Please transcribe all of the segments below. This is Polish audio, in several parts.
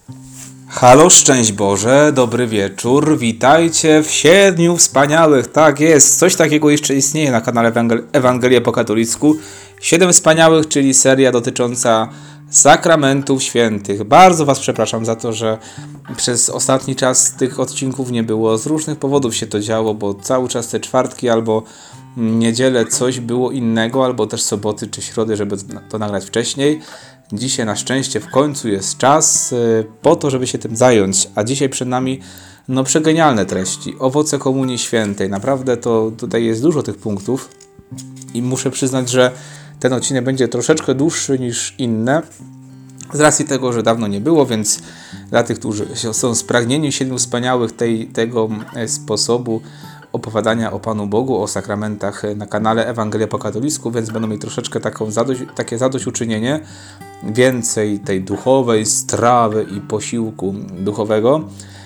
Halo, szczęść Boże, dobry wieczór, witajcie w 7 wspaniałych, tak jest, coś takiego jeszcze istnieje na kanale Ewangelia po katolicku. 7 wspaniałych, czyli seria dotycząca sakramentów świętych. Bardzo Was przepraszam za to, że przez ostatni czas tych odcinków nie było, z różnych powodów się to działo, bo cały czas te czwartki albo niedzielę coś było innego, albo też soboty czy środy, żeby to nagrać wcześniej. Dzisiaj na szczęście w końcu jest czas po to, żeby się tym zająć, a dzisiaj przed nami przegenialne treści, owoce Komunii Świętej. Naprawdę to tutaj jest dużo tych punktów i muszę przyznać, że ten odcinek będzie troszeczkę dłuższy niż inne, z racji tego, że dawno nie było, więc dla tych, którzy są spragnieni 7 wspaniałych tego sposobu opowiadania o Panu Bogu, o sakramentach na kanale Ewangelia po katolicku, więc będą mieli troszeczkę takie zadośćuczynienie, więcej tej duchowej strawy i posiłku duchowego.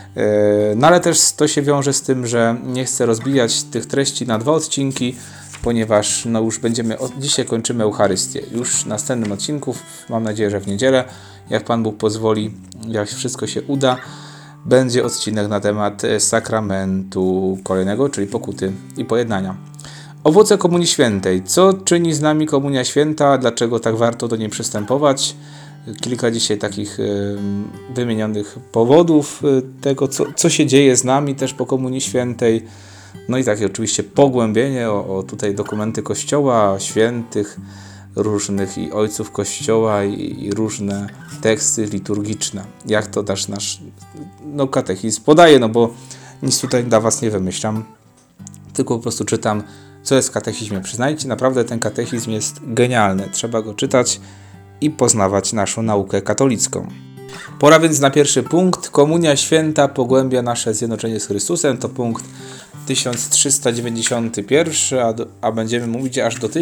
No ale też to się wiąże z tym, że nie chcę rozbijać tych treści na 2 odcinki, ponieważ już dzisiaj kończymy Eucharystię. Już w następnym odcinku, mam nadzieję, że w niedzielę, jak Pan Bóg pozwoli, jak wszystko się uda, będzie odcinek na temat sakramentu kolejnego, czyli pokuty i pojednania. Owoce Komunii Świętej. Co czyni z nami Komunia Święta? Dlaczego tak warto do niej przystępować? Kilka dzisiaj takich wymienionych powodów tego, co się dzieje z nami też po Komunii Świętej. No i takie oczywiście pogłębienie o tutaj dokumenty Kościoła, świętych różnych i ojców Kościoła i różne teksty liturgiczne. Jak to też nasz katechizm podaje, bo nic tutaj dla Was nie wymyślam, tylko po prostu czytam, co jest w katechizmie. Przyznajcie, naprawdę ten katechizm jest genialny. Trzeba go czytać i poznawać naszą naukę katolicką. Pora więc na pierwszy punkt. Komunia Święta pogłębia nasze zjednoczenie z Chrystusem. To punkt 1391, a będziemy mówić aż do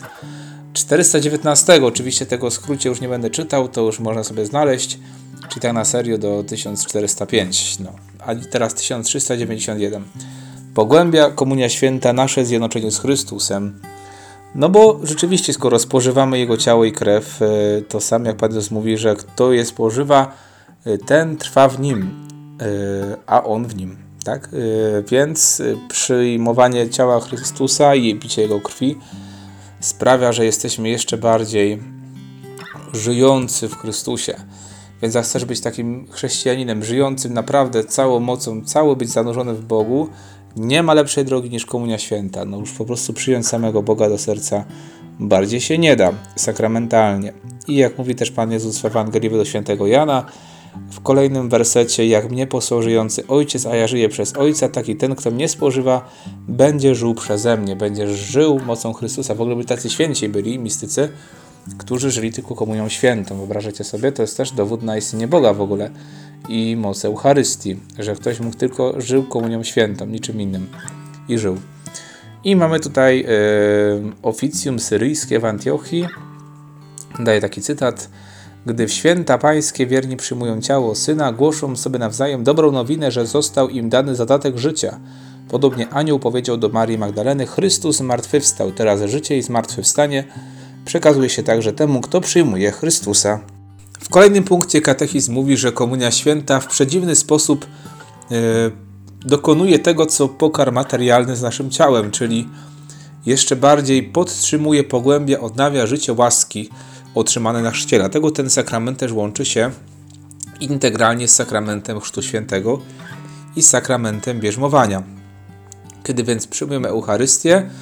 1419. Oczywiście tego w skrócie już nie będę czytał, to już można sobie znaleźć. Czyli tak na serio do 1405. A teraz 1391. Pogłębia Komunia Święta nasze zjednoczenie z Chrystusem. Bo rzeczywiście, skoro spożywamy Jego ciało i krew, to sam jak Pan Jezus mówi, że kto je spożywa, ten trwa w Nim, a On w Nim. Tak? Więc przyjmowanie ciała Chrystusa i picie Jego krwi sprawia, że jesteśmy jeszcze bardziej żyjący w Chrystusie. Więc jak chcesz być takim chrześcijaninem, żyjącym naprawdę całą mocą, cały być zanurzony w Bogu, nie ma lepszej drogi niż Komunia Święta. Już po prostu przyjąć samego Boga do serca bardziej się nie da, sakramentalnie. I jak mówi też Pan Jezus w Ewangelii do świętego Jana, w kolejnym wersecie: jak mnie posłał żyjący Ojciec, a ja żyję przez Ojca, tak i ten, kto mnie spożywa, będzie żył przeze mnie, będzie żył mocą Chrystusa. W ogóle by tacy święci byli, mistycy, którzy żyli tylko Komunią Świętą. Wyobrażacie sobie? To jest też dowód na istnienie Boga w ogóle i moc Eucharystii, że ktoś mógł tylko żył Komunią Świętą, niczym innym i żył. I mamy tutaj oficjum syryjskie w Antiochii. Daje taki cytat: gdy w święta pańskie wierni przyjmują ciało Syna, głoszą sobie nawzajem dobrą nowinę, że został im dany zadatek życia. Podobnie anioł powiedział do Marii Magdaleny: Chrystus zmartwychwstał, teraz życie i zmartwychwstanie przekazuje się także temu, kto przyjmuje Chrystusa. W kolejnym punkcie katechizm mówi, że Komunia Święta w przedziwny sposób dokonuje tego, co pokarm materialny z naszym ciałem, czyli jeszcze bardziej podtrzymuje, pogłębia, odnawia życie łaski otrzymane na chrzcie. Dlatego ten sakrament też łączy się integralnie z sakramentem Chrztu Świętego i sakramentem bierzmowania. Kiedy więc przyjmujemy Eucharystię,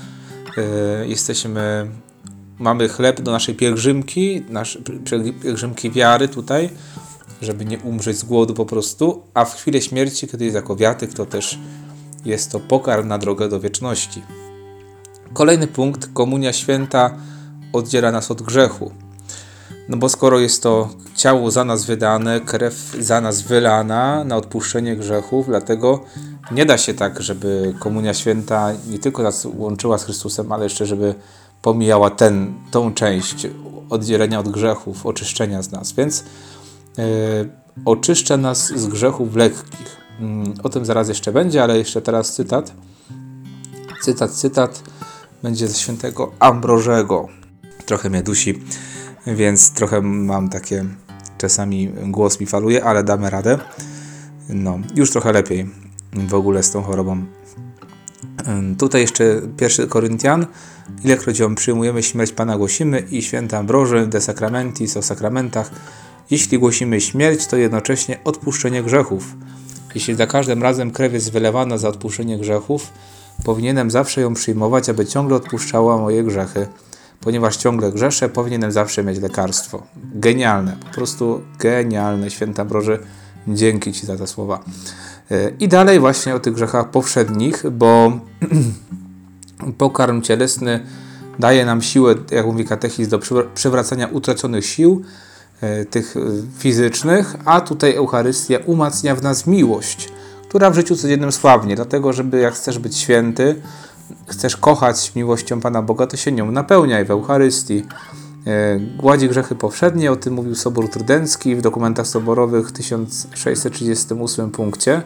mamy chleb do naszej pielgrzymki, pielgrzymki wiary tutaj, żeby nie umrzeć z głodu po prostu, a w chwili śmierci, kiedy jest jako wiatyk, to też jest to pokarm na drogę do wieczności. Kolejny punkt. Komunia Święta oddziela nas od grzechu. Bo skoro jest to ciało za nas wydane, krew za nas wylana na odpuszczenie grzechów, dlatego nie da się tak, żeby Komunia Święta nie tylko nas łączyła z Chrystusem, ale jeszcze żeby pomijała tą część oddzielenia od grzechów, oczyszczenia z nas. Więc oczyszcza nas z grzechów lekkich. O tym zaraz jeszcze będzie, ale jeszcze teraz cytat. Cytat będzie ze świętego Ambrożego. Trochę mnie dusi, więc trochę mam takie czasami głos mi faluje, ale damy radę. No, już trochę lepiej w ogóle z tą chorobą. Tutaj jeszcze 1 Koryntian. Ilekroć ją przyjmujemy, śmierć Pana głosimy i święta Ambroży de Sacramentis o sakramentach. Jeśli głosimy śmierć, to jednocześnie odpuszczenie grzechów. Jeśli za każdym razem krew jest wylewana za odpuszczenie grzechów, powinienem zawsze ją przyjmować, aby ciągle odpuszczała moje grzechy. Ponieważ ciągle grzeszę, powinienem zawsze mieć lekarstwo. Genialne, po prostu genialne, święta Ambroży. Dzięki Ci za te słowa. I dalej właśnie o tych grzechach powszednich, bo pokarm cielesny daje nam siłę, jak mówi katechizm, do przywracania utraconych sił, tych fizycznych, a tutaj Eucharystia umacnia w nas miłość, która w życiu codziennym słabnie, dlatego żeby jak chcesz być święty, chcesz kochać miłością Pana Boga, to się nią napełniaj w Eucharystii. Gładzi grzechy powszednie, o tym mówił Sobór Trydencki w dokumentach soborowych w 1638 punkcie.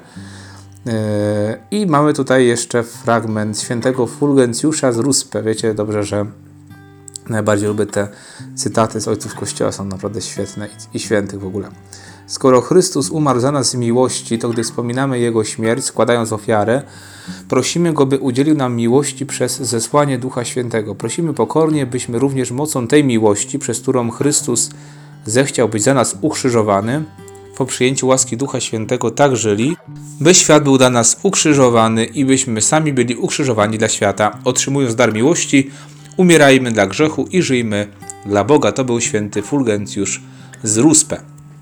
I mamy tutaj jeszcze fragment świętego Fulgencjusza z Ruspe. Wiecie dobrze, że najbardziej lubię te cytaty z ojców Kościoła, są naprawdę świetne i świętych w ogóle. Skoro Chrystus umarł za nas z miłości, to gdy wspominamy Jego śmierć, składając ofiarę, prosimy Go, by udzielił nam miłości przez zesłanie Ducha Świętego. Prosimy pokornie, byśmy również mocą tej miłości, przez którą Chrystus zechciał być za nas ukrzyżowany, po przyjęciu łaski Ducha Świętego tak żyli, by świat był dla nas ukrzyżowany i byśmy sami byli ukrzyżowani dla świata. Otrzymując dar miłości, umierajmy dla grzechu i żyjmy dla Boga. To był święty Fulgencjusz z Ruspe.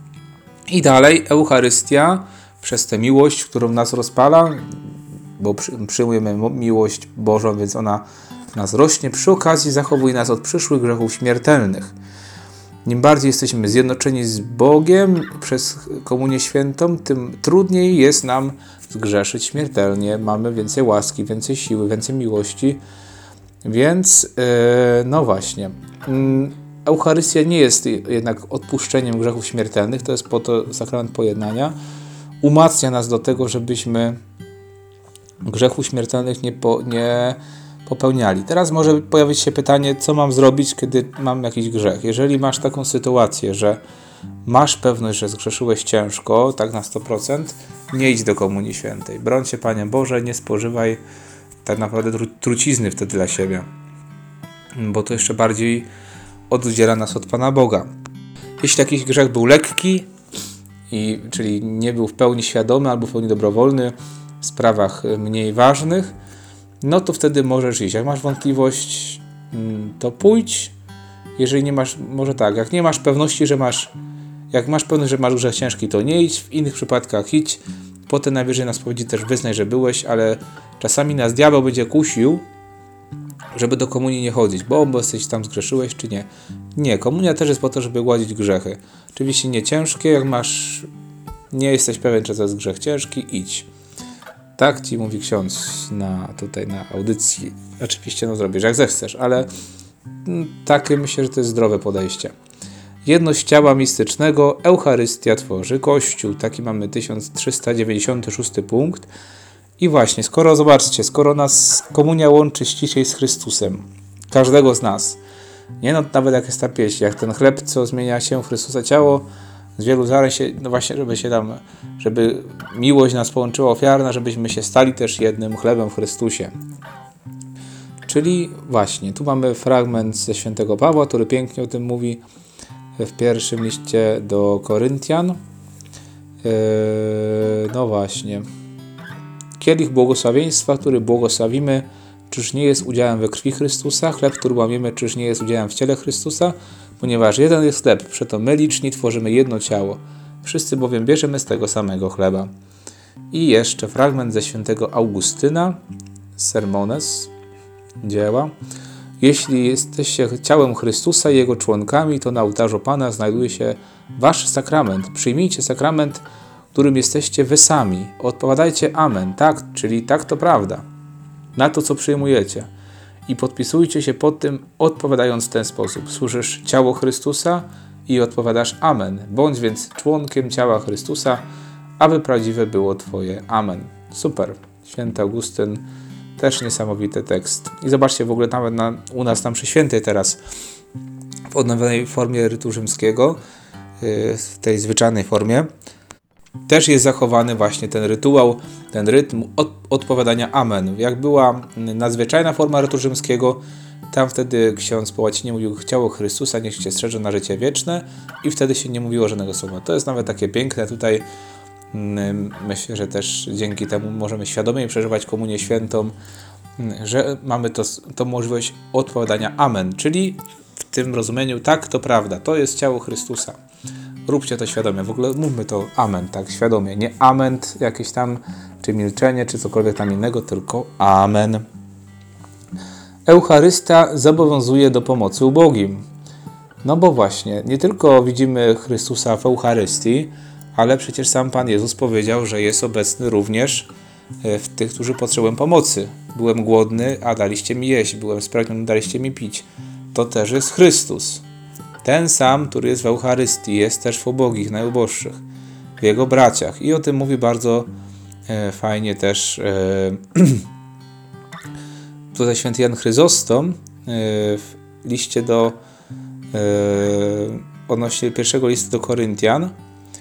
I dalej Eucharystia przez tę miłość, którą nas rozpala, bo przyjmujemy miłość Bożą, więc ona w nas rośnie. Przy okazji zachowuje nas od przyszłych grzechów śmiertelnych. Im bardziej jesteśmy zjednoczeni z Bogiem przez Komunię Świętą, tym trudniej jest nam zgrzeszyć śmiertelnie. Mamy więcej łaski, więcej siły, więcej miłości. Więc, no właśnie, Eucharystia nie jest jednak odpuszczeniem grzechów śmiertelnych, to jest po to sakrament pojednania. Umacnia nas do tego, żebyśmy grzechów śmiertelnych nie popełniali. Teraz może pojawić się pytanie, co mam zrobić, kiedy mam jakiś grzech. Jeżeli masz taką sytuację, że masz pewność, że zgrzeszyłeś ciężko, tak na 100%, nie idź do Komunii Świętej. Broń się, Panie Boże, nie spożywaj tak naprawdę trucizny wtedy dla siebie, bo to jeszcze bardziej oddziela nas od Pana Boga. Jeśli jakiś grzech był lekki, czyli nie był w pełni świadomy albo w pełni dobrowolny w sprawach mniej ważnych, no to wtedy możesz iść. Jak masz wątpliwość, to pójdź. Jeżeli nie masz, może tak, jak nie masz pewności, jak masz pewność, że masz grzech ciężki, to nie idź. W innych przypadkach idź. Potem najwyżej na spowiedzi też wyznaj, że byłeś, ale czasami nas diabeł będzie kusił, żeby do komunii nie chodzić, bo jesteś tam zgrzeszyłeś, czy nie. Nie, komunia też jest po to, żeby gładzić grzechy. Oczywiście nie ciężkie, jak nie jesteś pewien, czy to jest grzech ciężki, idź. Tak ci mówi ksiądz tutaj na audycji. Oczywiście zrobisz jak zechcesz, ale takie myślę, że to jest zdrowe podejście. Jedność ciała mistycznego, Eucharystia tworzy Kościół. Taki mamy 1396 punkt. I właśnie, skoro nas komunia łączy ściślej z Chrystusem, każdego z nas, nawet jak jest ta pieśń, jak ten chleb, co zmienia się w Chrystusa ciało, z wielu zarań się, właśnie, żeby miłość nas połączyła ofiarna, żebyśmy się stali też jednym chlebem w Chrystusie. Czyli właśnie, tu mamy fragment ze świętego Pawła, który pięknie o tym mówi w pierwszym liście do Koryntian. No właśnie. Kielich błogosławieństwa, który błogosławimy, czyż nie jest udziałem we krwi Chrystusa? Chleb, który łamiemy, czyż nie jest udziałem w ciele Chrystusa? Ponieważ jeden jest chleb, przeto my liczni tworzymy jedno ciało. Wszyscy bowiem bierzemy z tego samego chleba. I jeszcze fragment ze świętego Augustyna, Sermones, dzieła. Jeśli jesteście ciałem Chrystusa i Jego członkami, to na ołtarzu Pana znajduje się wasz sakrament. Przyjmijcie sakrament, którym jesteście wy sami. Odpowiadajcie amen, tak, czyli tak to prawda, na to, co przyjmujecie. I podpisujcie się pod tym, odpowiadając w ten sposób. Słyszysz ciało Chrystusa i odpowiadasz amen. Bądź więc członkiem ciała Chrystusa, aby prawdziwe było twoje amen. Super. Święty Augustyn, też niesamowity tekst. I zobaczcie, w ogóle nawet u nas tam przy świętej teraz, w odnowionej formie rytu rzymskiego, w tej zwyczajnej formie, też jest zachowany właśnie ten rytuał, ten rytm odpowiadania amen. Jak była nadzwyczajna forma rytu rzymskiego, tam wtedy ksiądz po łacinie mówił ciało Chrystusa niech cię strzeże na życie wieczne i wtedy się nie mówiło żadnego słowa. To jest nawet takie piękne tutaj. Myślę, że też dzięki temu możemy świadomie przeżywać komunię świętą, że mamy tą możliwość odpowiadania amen, czyli w tym rozumieniu tak, to prawda, to jest ciało Chrystusa. Róbcie to świadomie, w ogóle mówmy to amen, tak, świadomie, nie ament jakieś tam, czy milczenie, czy cokolwiek tam innego, tylko amen. Eucharystia zobowiązuje do pomocy ubogim. No bo właśnie, nie tylko widzimy Chrystusa w Eucharystii, ale przecież sam Pan Jezus powiedział, że jest obecny również w tych, którzy potrzebują pomocy. Byłem głodny, a daliście mi jeść. Byłem spragniony, daliście mi pić. To też jest Chrystus. Ten sam, który jest w Eucharystii, jest też w ubogich, najuboższych, w Jego braciach. I o tym mówi bardzo fajnie też tutaj święty Jan Chryzostom w liście odnośnie pierwszego listu do Koryntian.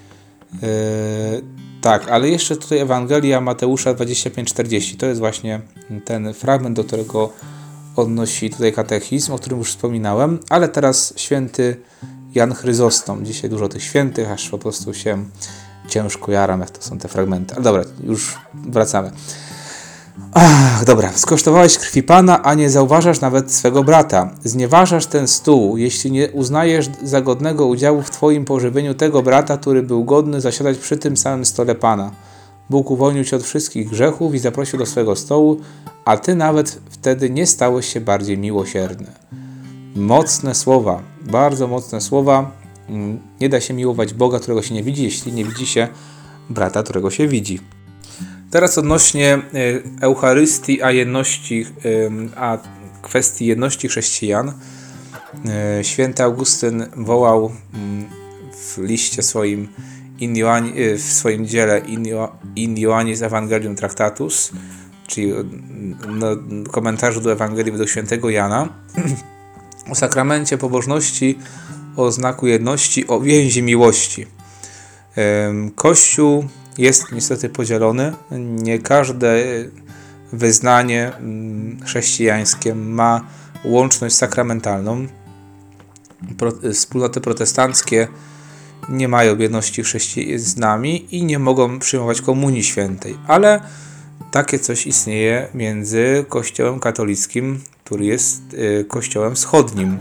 Tak, ale jeszcze tutaj Ewangelia Mateusza 25:40. To jest właśnie ten fragment, do którego odnosi tutaj katechizm, o którym już wspominałem, ale teraz święty Jan Chryzostom. Dzisiaj dużo tych świętych, aż po prostu się ciężko jaram, jak to są te fragmenty. Ale dobra, już wracamy. Dobra, skosztowałeś krwi Pana, a nie zauważasz nawet swego brata. Znieważasz ten stół, jeśli nie uznajesz za godnego udziału w Twoim pożywieniu tego brata, który był godny zasiadać przy tym samym stole Pana. Bóg uwolnił Cię od wszystkich grzechów i zaprosił do swego stołu, a Ty nawet wtedy nie stałeś się bardziej miłosierny. Mocne słowa, bardzo mocne słowa. Nie da się miłować Boga, którego się nie widzi, jeśli nie widzi się brata, którego się widzi. Teraz odnośnie Eucharystii, a kwestii jedności chrześcijan. Święty Augustyn wołał w liście swoim w swoim dziele In Ioannis Evangelium Tractatus, czyli komentarzu do Ewangelii według świętego Jana, o sakramencie pobożności, o znaku jedności, o więzi miłości. Kościół jest niestety podzielony. Nie każde wyznanie chrześcijańskie ma łączność sakramentalną. Wspólnoty protestanckie nie mają jedności z nami i nie mogą przyjmować komunii świętej, ale takie coś istnieje między Kościołem katolickim, który jest Kościołem wschodnim.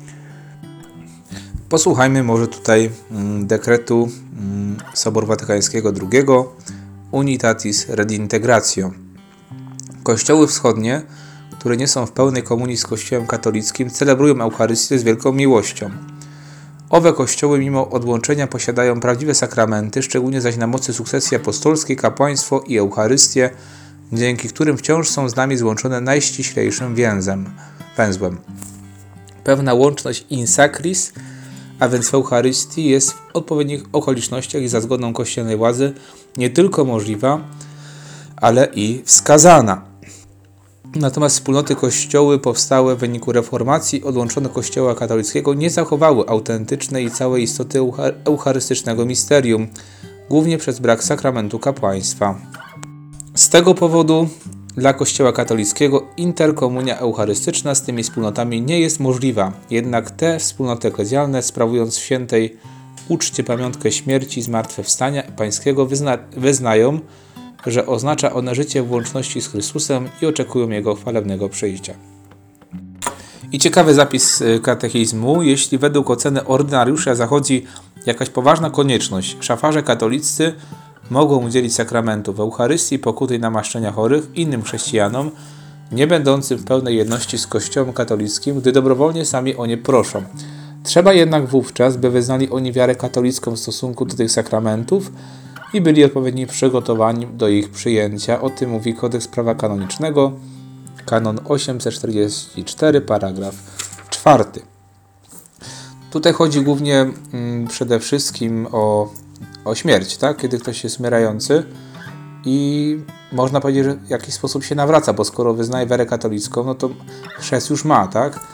Posłuchajmy może tutaj dekretu Soboru Watykańskiego II Unitatis Redintegratio. Kościoły wschodnie, które nie są w pełnej komunii z Kościołem katolickim, celebrują Eucharystię z wielką miłością. Owe kościoły mimo odłączenia posiadają prawdziwe sakramenty, szczególnie zaś na mocy sukcesji apostolskiej, kapłaństwo i Eucharystię, dzięki którym wciąż są z nami złączone najściślejszym węzłem. Pewna łączność in sacris, a więc w Eucharystii, jest w odpowiednich okolicznościach i za zgodą kościelnej władzy nie tylko możliwa, ale i wskazana. Natomiast wspólnoty kościoły powstałe w wyniku reformacji odłączone Kościoła katolickiego nie zachowały autentycznej i całej istoty eucharystycznego misterium, głównie przez brak sakramentu kapłaństwa. Z tego powodu dla Kościoła katolickiego interkomunia eucharystyczna z tymi wspólnotami nie jest możliwa, jednak te wspólnoty eklezjalne, sprawując w świętej uczcie pamiątkę śmierci i zmartwychwstania Pańskiego, wyznają, że oznacza one życie w łączności z Chrystusem i oczekują Jego chwalebnego przyjścia. I ciekawy zapis katechizmu. Jeśli według oceny ordynariusza zachodzi jakaś poważna konieczność, szafarze katoliccy mogą udzielić sakramentów Eucharystii, pokuty i namaszczenia chorych innym chrześcijanom, nie będącym w pełnej jedności z Kościołem katolickim, gdy dobrowolnie sami o nie proszą. Trzeba jednak wówczas, by wyznali oni wiarę katolicką w stosunku do tych sakramentów i byli odpowiednio przygotowani do ich przyjęcia. O tym mówi Kodeks Prawa Kanonicznego, kanon 844, paragraf 4. Tutaj chodzi głównie przede wszystkim o śmierć, tak? Kiedy ktoś jest umierający i można powiedzieć, że w jakiś sposób się nawraca, bo skoro wyznaje wiarę katolicką, no to chrzest już ma, tak?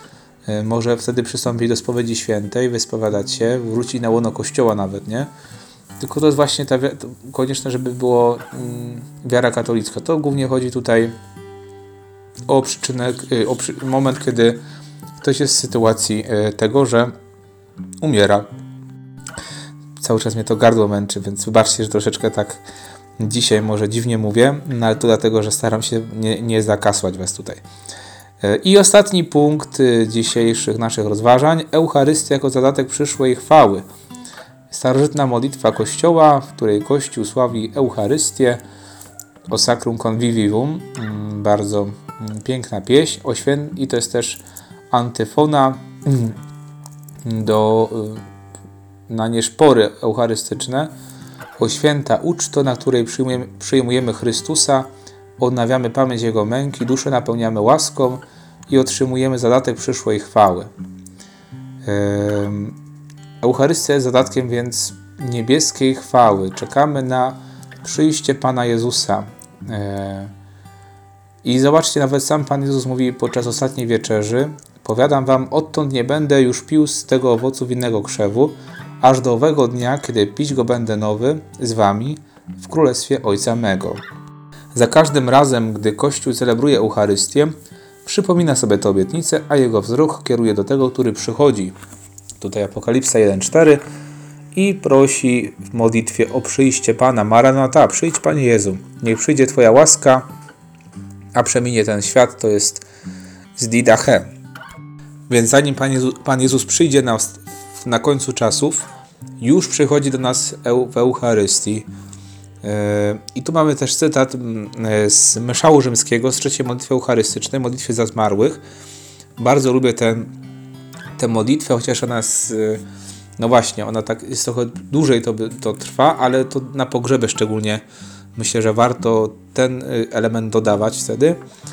może wtedy przystąpić do spowiedzi świętej, wyspowiadać się, wrócić na łono Kościoła nawet, nie? Tylko to jest właśnie to konieczne, żeby było wiara katolicka. To głównie chodzi tutaj o przyczynek, moment, kiedy ktoś jest w sytuacji tego, że umiera. Cały czas mnie to gardło męczy, więc wybaczcie, że troszeczkę tak dzisiaj może dziwnie mówię, no ale to dlatego, że staram się nie zakasłać was tutaj. I ostatni punkt dzisiejszych naszych rozważań. Eucharystia jako zadatek przyszłej chwały. Starożytna modlitwa Kościoła, w której Kościół sławi Eucharystię, o Sacrum Convivium. Bardzo piękna pieśń. I to jest też antyfona na nieszpory eucharystyczne. O święta uczto, na której przyjmujemy Chrystusa, odnawiamy pamięć Jego męki, duszę napełniamy łaską i otrzymujemy zadatek przyszłej chwały. Eucharystia jest zadatkiem więc niebieskiej chwały. Czekamy na przyjście Pana Jezusa. I zobaczcie, nawet sam Pan Jezus mówi podczas ostatniej wieczerzy: powiadam wam, odtąd nie będę już pił z tego owocu winnego krzewu, aż do owego dnia, kiedy pić go będę nowy z wami w Królestwie Ojca mego. Za każdym razem, gdy Kościół celebruje Eucharystię, przypomina sobie tę obietnicę, a jego wzrok kieruje do tego, który przychodzi. Tutaj Apokalipsa 1:4 i prosi w modlitwie o przyjście Pana. Maranata, przyjdź Panie Jezu, niech przyjdzie Twoja łaska, a przeminie ten świat, to jest z Didache. Więc zanim Pan Jezus przyjdzie na końcu czasów, już przychodzi do nas w Eucharystii. I tu mamy też cytat z Myszału Rzymskiego, z trzeciej modlitwy eucharystycznej, modlitwie za zmarłych. Bardzo lubię tę modlitwę, chociaż ona jest, no właśnie, ona tak jest trochę dłużej to trwa, ale to na pogrzeby szczególnie myślę, że warto ten element dodawać wtedy.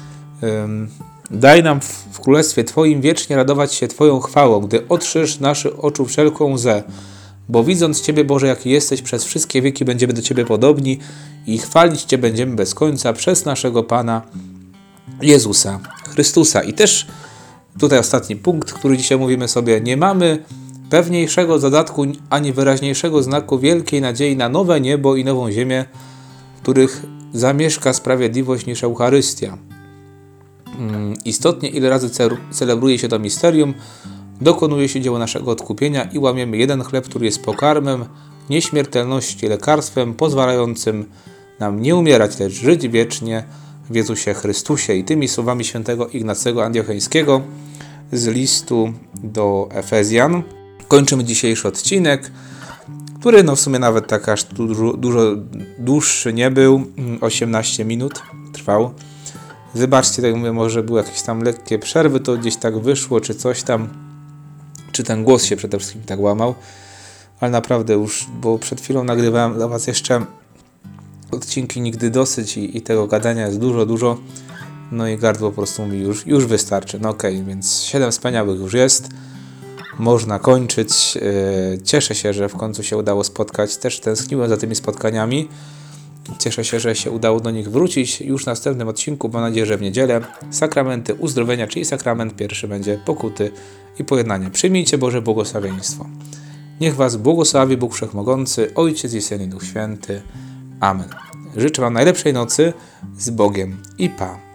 Daj nam w Królestwie Twoim wiecznie radować się Twoją chwałą, gdy otrzesz naszych oczu wszelką łzę. Bo widząc Ciebie, Boże, jaki jesteś, przez wszystkie wieki będziemy do Ciebie podobni i chwalić Cię będziemy bez końca przez naszego Pana Jezusa Chrystusa. I też tutaj ostatni punkt, który dzisiaj mówimy sobie: nie mamy pewniejszego zadatku ani wyraźniejszego znaku wielkiej nadziei na nowe niebo i nową ziemię, w których zamieszka sprawiedliwość, niż Eucharystia. Istotnie, ile razy celebruje się to misterium, dokonuje się dzieło naszego odkupienia i łamiemy jeden chleb, który jest pokarmem nieśmiertelności, lekarstwem pozwalającym nam nie umierać, lecz żyć wiecznie w Jezusie Chrystusie. I tymi słowami świętego Ignacego Antiocheńskiego z listu do Efezjan kończymy dzisiejszy odcinek, który w sumie nawet tak aż dużo dłuższy nie był, 18 minut trwał. Wybaczcie, tak mówię, może były jakieś tam lekkie przerwy, to gdzieś tak wyszło, czy coś tam, czy ten głos się przede wszystkim tak łamał, ale naprawdę już, bo przed chwilą nagrywałem dla was jeszcze odcinki Nigdy dosyć i tego gadania jest dużo, no i gardło po prostu mówi już wystarczy. No okej, więc 7 wspaniałych już jest, można kończyć. Cieszę się, że w końcu się udało spotkać, też tęskniłem za tymi spotkaniami. Cieszę się, że się udało do nich wrócić już w następnym odcinku, mam nadzieję, że w niedzielę. Sakramenty uzdrowienia, czyli sakrament pierwszy będzie pokuty i pojednania. Przyjmijcie Boże błogosławieństwo. Niech was błogosławi Bóg Wszechmogący, Ojciec i Syn i Duch Święty. Amen. Życzę wam najlepszej nocy, z Bogiem i Pa.